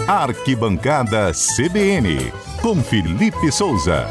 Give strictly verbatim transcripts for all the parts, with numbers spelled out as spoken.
Arquibancada C B N, com Felipe Souza.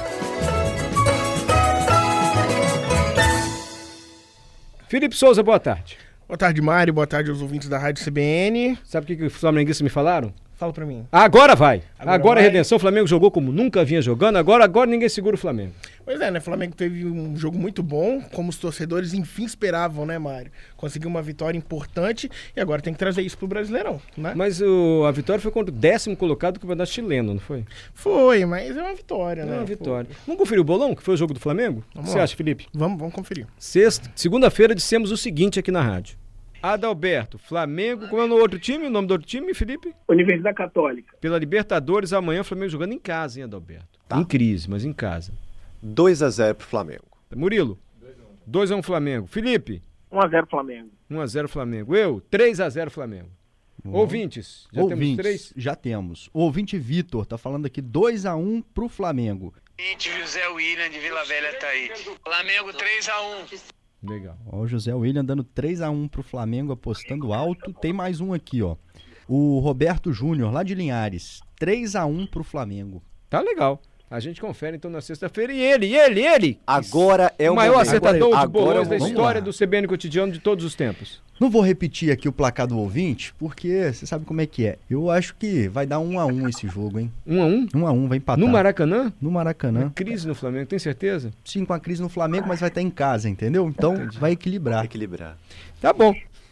Felipe Souza, boa tarde. Boa tarde, Mário. Boa tarde aos ouvintes da Rádio C B N. Sabe o que, que os flamenguistas me falaram? Fala pra mim. Agora vai. Agora, agora vai. a redenção. O Flamengo jogou como nunca vinha jogando. Agora, agora ninguém segura o Flamengo. Pois é, né? O Flamengo teve um jogo muito bom, como os torcedores enfim esperavam, né, Mário? Conseguiu uma vitória importante e agora tem que trazer isso pro Brasileirão, né? Mas o, a vitória foi contra o décimo colocado do campeonato chileno, não foi? Foi, mas é uma vitória, É né? uma vitória. Foi. Vamos conferir o bolão, que foi o jogo do Flamengo? O que você acha, Felipe? Vamos, vamos conferir. Sexta, segunda-feira dissemos o seguinte aqui na rádio. Adalberto, Flamengo, como é o outro time? O nome do outro time, Felipe? Universidade Católica. Pela Libertadores, amanhã o Flamengo jogando em casa, hein, Adalberto? Tá. Em crise, mas em casa. dois a zero pro Flamengo. Murilo? dois a um Flamengo. Felipe? um a zero Flamengo. um a zero Flamengo. Eu? três a zero Flamengo. Uhum. Ouvintes? Já Ouvintes, temos três? Já temos. O ouvinte Vitor tá falando aqui dois a um pro Flamengo. José William de Vila Velha tá aí. Flamengo três a um. Legal. Ó, o José William dando três a um pro Flamengo, apostando alto. Tem mais um aqui, ó. O Roberto Júnior, lá de Linhares. três a um pro Flamengo. Tá legal. A gente confere então na sexta-feira. E ele, e ele, ele! Agora é o, o maior momento. acertador agora, de bolões agora da história do C B N Cotidiano de todos os tempos. Não vou repetir aqui o placar do ouvinte, porque você sabe como é que é. Eu acho que vai dar um a um esse jogo, hein? um a um? um a um, vai empatar. No Maracanã? No Maracanã. Crise no Flamengo, tem certeza? Sim, com a crise no Flamengo, mas vai estar em casa, entendeu? Então Entendi. vai equilibrar. Vai equilibrar. Tá bom.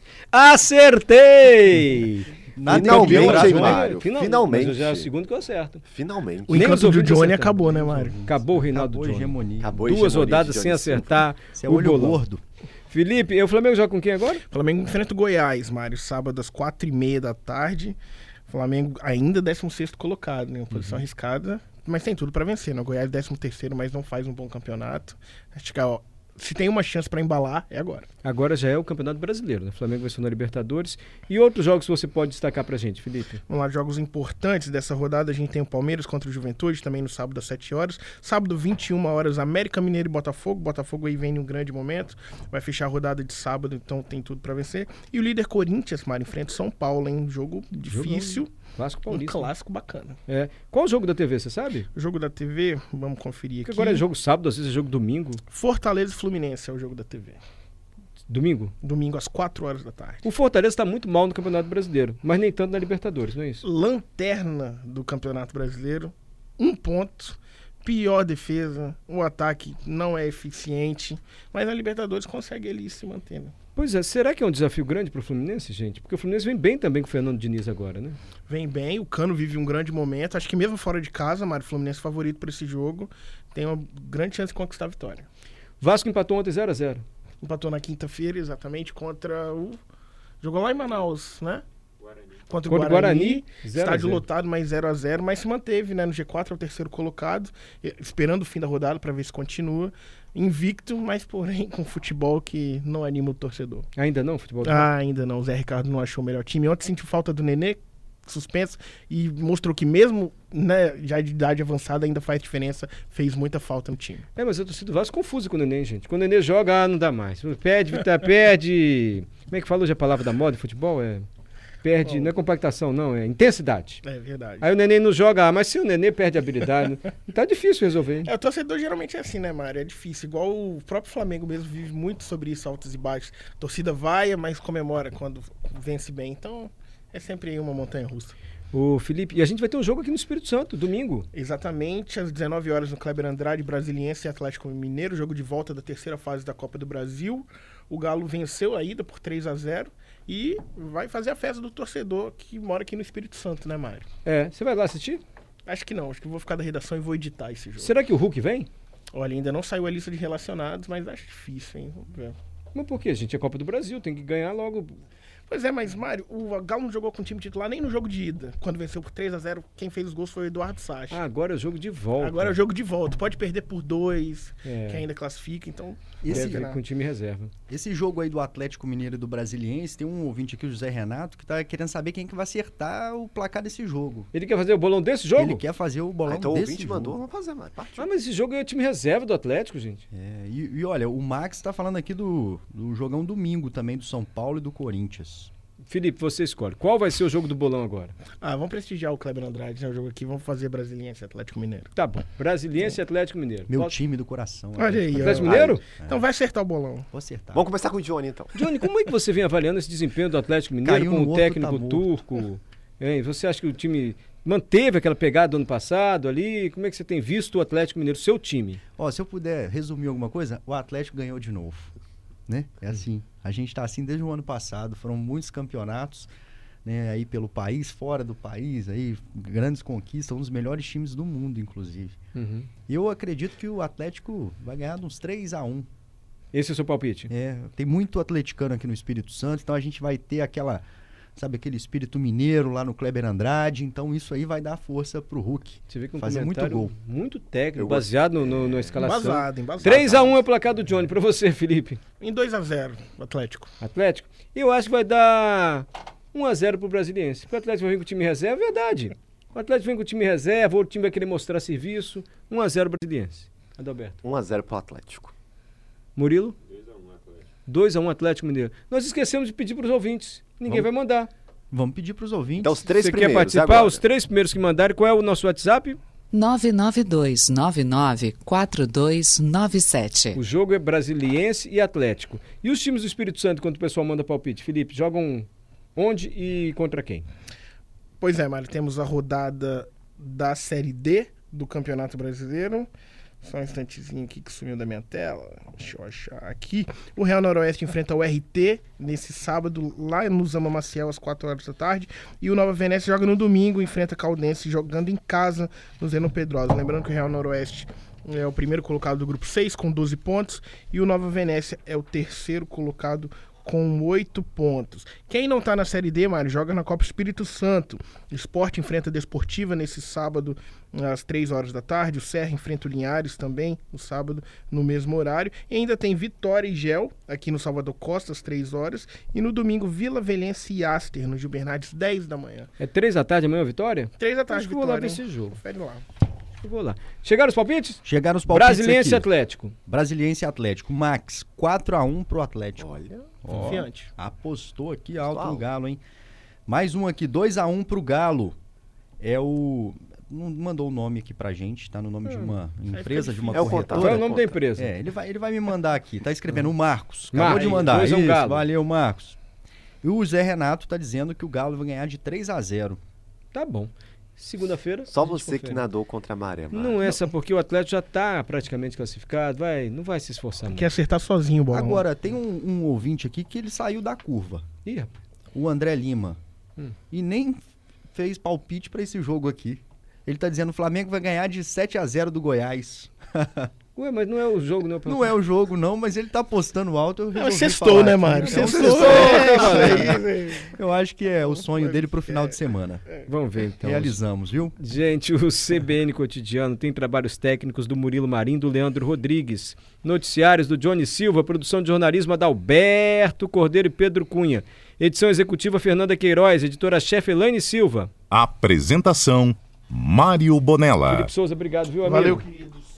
Acertei! Finalmente, hein, Mário? Finalmente. Finalmente. Mas já é o segundo que eu acerto. Finalmente. O encanto do Johnny acabou, né, Mário? Acabou o Reinaldo Acabou a Johnny. hegemonia. Acabou a Duas hegemonia rodadas de sem Johnny acertar Você é o olho bolão. gordo. Felipe, e o Flamengo joga com quem agora? O Flamengo enfrenta o Goiás, Mário, sábado às quatro e meia da tarde. O Flamengo ainda décimo sexto colocado, né? Uma posição Uhum. arriscada, mas tem tudo pra vencer, né? O Goiás décimo terceiro, mas não faz um bom campeonato. Acho que, ó, se tem uma chance pra embalar, é agora. Agora já é o Campeonato Brasileiro, né? O Flamengo vai ser na Libertadores. E outros jogos que você pode destacar pra gente, Felipe? Vamos lá, jogos importantes dessa rodada. A gente tem o Palmeiras contra o Juventude, também no sábado às sete horas. Sábado, vinte e uma horas, América Mineiro e Botafogo. Botafogo aí vem em um grande momento. Vai fechar a rodada de sábado, então tem tudo pra vencer. E o líder Corinthians, Mário, enfrenta o São Paulo, hein? Jogo difícil. Clássico Um paulista. clássico bacana. É. Qual o jogo da T V, você sabe? O jogo da T V, vamos conferir Porque aqui. agora é jogo sábado, às vezes é jogo domingo. Fortaleza e Fluminense é o jogo da T V. Domingo? Domingo às quatro horas da tarde. O Fortaleza tá muito mal no Campeonato Brasileiro, mas nem tanto na Libertadores, não é isso? Lanterna do Campeonato Brasileiro, um ponto, pior defesa, o ataque não é eficiente, mas a Libertadores consegue ali se manter. Né? Pois é, será que é um desafio grande pro Fluminense, gente? Porque o Fluminense vem bem também com o Fernando Diniz agora, né? Vem bem, o Cano vive um grande momento, acho que mesmo fora de casa, Mário, Fluminense favorito para esse jogo, tem uma grande chance de conquistar a vitória. Vasco empatou ontem zero a zero. Empatou na quinta-feira, exatamente, contra o... Jogou lá em Manaus, né? Contra o Contra o Guarani, Guarani, zero a estádio zero. lotado, mas zero a zero, mas se manteve, né? No G quatro é o terceiro colocado, eh, esperando o fim da rodada para ver se continua. Invicto, mas porém com futebol que não anima o torcedor. Ainda não, futebol? Ah, ainda não, o Zé Ricardo não achou o melhor time. Ontem sentiu falta do Nenê, suspenso, e mostrou que mesmo, né, já de idade avançada ainda faz diferença, fez muita falta no time. É, mas eu tô sendo Vasco confuso com o Nenê, gente. Quando o Nenê joga, ah, não dá mais. Perde, tá, perde... Como é que fala hoje a palavra da moda em futebol? É... Perde, não é compactação, não, é intensidade. É verdade. Aí o Nenê não joga, ah, mas se o Nenê perde a habilidade, tá difícil resolver, hein? É, o torcedor geralmente é assim, né, Mário? É difícil. Igual o próprio Flamengo mesmo vive muito sobre isso, altos e baixos. A torcida vai, mas comemora quando vence bem. Então, é sempre aí uma montanha russa. O Felipe, e a gente vai ter um jogo aqui no Espírito Santo, domingo. Exatamente, às dezenove horas no Kleber Andrade, Brasiliense e Atlético Mineiro, jogo de volta da terceira fase da Copa do Brasil. O Galo venceu a ida por três a zero e vai fazer a festa do torcedor que mora aqui no Espírito Santo, né, Mário? É, você vai lá assistir? Acho que não, acho que eu vou ficar da redação e vou editar esse jogo. Será que o Hulk vem? Olha, ainda não saiu a lista de relacionados, mas acho difícil, hein? Vamos ver. Mas por quê, gente? É Copa do Brasil, tem que ganhar logo. Pois é, mas, Mário, o Galo não jogou com o time titular nem no jogo de ida. Quando venceu por três a zero, quem fez os gols foi o Eduardo Sacha. Ah, agora é o jogo de volta. Agora é o jogo de volta. Pode perder por dois, É. que ainda classifica, então... Esse, Deve ir com o time reserva. esse jogo aí do Atlético Mineiro e do Brasiliense, tem um ouvinte aqui, o José Renato, que tá querendo saber quem que vai acertar o placar desse jogo. Ele quer fazer o bolão desse jogo? Ele quer fazer o bolão Ah, então o desse ouvinte jogo. mandou, vamos fazer, mas partiu. Ah, mas esse jogo é o time reserva do Atlético, gente. É, e, e olha, o Max tá falando aqui do, do jogão domingo também, do São Paulo e do Corinthians. Felipe, você escolhe. Qual vai ser o jogo do bolão agora? Ah, vamos prestigiar o Kleber Andrade, né? O jogo aqui, vamos fazer Brasiliense e Atlético Mineiro. Tá bom. Brasiliense e Atlético Mineiro. Meu Qual- time do coração. Olha aí, ó. Atlético Mineiro? Então vai acertar o bolão. Vou acertar. Vamos começar com o Johnny, então. Johnny, como é que você vem avaliando esse desempenho do Atlético Mineiro Caiu com no o outro, técnico tá morto. turco? Hein, você acha que o time manteve aquela pegada do ano passado ali? Como é que você tem visto o Atlético Mineiro, seu time? Ó, se eu puder resumir alguma coisa, o Atlético ganhou de novo, né? É assim, a gente tá assim desde o ano passado, foram muitos campeonatos, né, aí pelo país, fora do país, aí grandes conquistas, um dos melhores times do mundo, inclusive. Uhum. E eu acredito que o Atlético vai ganhar de uns três a um. Esse é o seu palpite? É, tem muito atleticano aqui no Espírito Santo, então a gente vai ter aquela, sabe, aquele espírito mineiro lá no Kleber Andrade, então isso aí vai dar força pro Hulk. Você vê que um fazer muito comentário gol. muito técnico, Eu baseado no, no, na escalação. Embasado, embasado. três a um é o placar do Johnny. Pra você, Felipe. Em dois a zero, Atlético. Atlético? Eu acho que vai dar um a zero pro Brasiliense. Porque o Atlético vai vir com o time reserva, é verdade. O Atlético vem com o time reserva, o time vai querer mostrar serviço. um a zero Brasiliense. Adalberto. um a zero pro Atlético. Murilo? dois a um Atlético Mineiro. Nós esquecemos de pedir pros ouvintes. Ninguém Vamos. vai mandar. Vamos pedir pros ouvintes. Então, os três Você primeiros. quer participar? agora. Os três primeiros que mandarem. Qual é o nosso WhatsApp? nove nove dois nove nove quatro dois nove sete. O jogo é Brasiliense e Atlético. E os times do Espírito Santo, quando o pessoal manda palpite? Felipe, jogam onde e contra quem? Pois é, Mário, temos a rodada da Série D do Campeonato Brasileiro. Só um instantezinho aqui que sumiu da minha tela. Deixa eu achar aqui. O Real Noroeste enfrenta o R T nesse sábado, lá no Zama Maciel, às quatro horas da tarde. E o Nova Venécia joga no domingo, enfrenta Caldense, jogando em casa no Zeno Pedrosa. Lembrando que o Real Noroeste é o primeiro colocado do grupo seis, com doze pontos. E o Nova Venécia é o terceiro colocado com oito pontos. Quem não tá na Série D, Mário, joga na Copa Espírito Santo. O Sport enfrenta a Desportiva nesse sábado às três horas da tarde. O Serra enfrenta o Linhares também no sábado no mesmo horário. E ainda tem Vitória e Gel aqui no Salvador Costa às três horas. E no domingo Vila Velhense e Aster no Gil Bernardes, dez da manhã. É três da tarde amanhã, Vitória? três da tarde, Acho que eu vou lá Vitória. ver hein? esse jogo. Confere lá. Eu vou lá. Chegaram os palpites? Chegaram os palpites Brasiliense e aqui. Atlético. Brasiliense e Atlético. Max, quatro a um pro Atlético. Olha. Ó, Confiante. apostou aqui alto Uau. no Galo, hein? Mais um aqui, dois a um pro Galo. É o... Não mandou o nome aqui pra gente, tá no nome de uma empresa, de uma É o corretora. Qual é o Conta, nome da conta. empresa? É, ele vai, ele vai me mandar aqui. Tá escrevendo o Marcos. Acabou Marcos, de mandar. dois a um Isso, Galo. valeu, Marcos. E o Zé Renato tá dizendo que o Galo vai ganhar de três a zero. Tá bom. Segunda-feira. Só a gente você que confere. nadou contra a maré, mano. Não é só porque o Atlético já tá praticamente classificado. Vai, não vai se esforçar muito. Quer acertar sozinho o bolão. Agora, tem um, um ouvinte aqui que ele saiu da curva. Ih, rapaz. O André Lima. Hum. E nem fez palpite pra esse jogo aqui. Ele tá dizendo que o Flamengo vai ganhar de sete a zero do Goiás. Ué, mas não é o jogo, não. Não é o jogo, não, mas ele tá apostando alto. Eu Não, resolvi sextou, falar né, aqui. Mário? Não, Sextou. sextou. É, Eu acho que é o sonho dele pro final de semana. Vamos ver, então. Realizamos, viu? Gente, o C B N Cotidiano tem trabalhos técnicos do Murilo Marim, do Leandro Rodrigues. Noticiários do Johnny Silva, produção de jornalismo Adalberto Cordeiro e Pedro Cunha. Edição executiva Fernanda Queiroz, editora-chefe Elaine Silva. Apresentação: Mário Bonella. Felipe Souza, obrigado, viu, amigo? Valeu, queridos.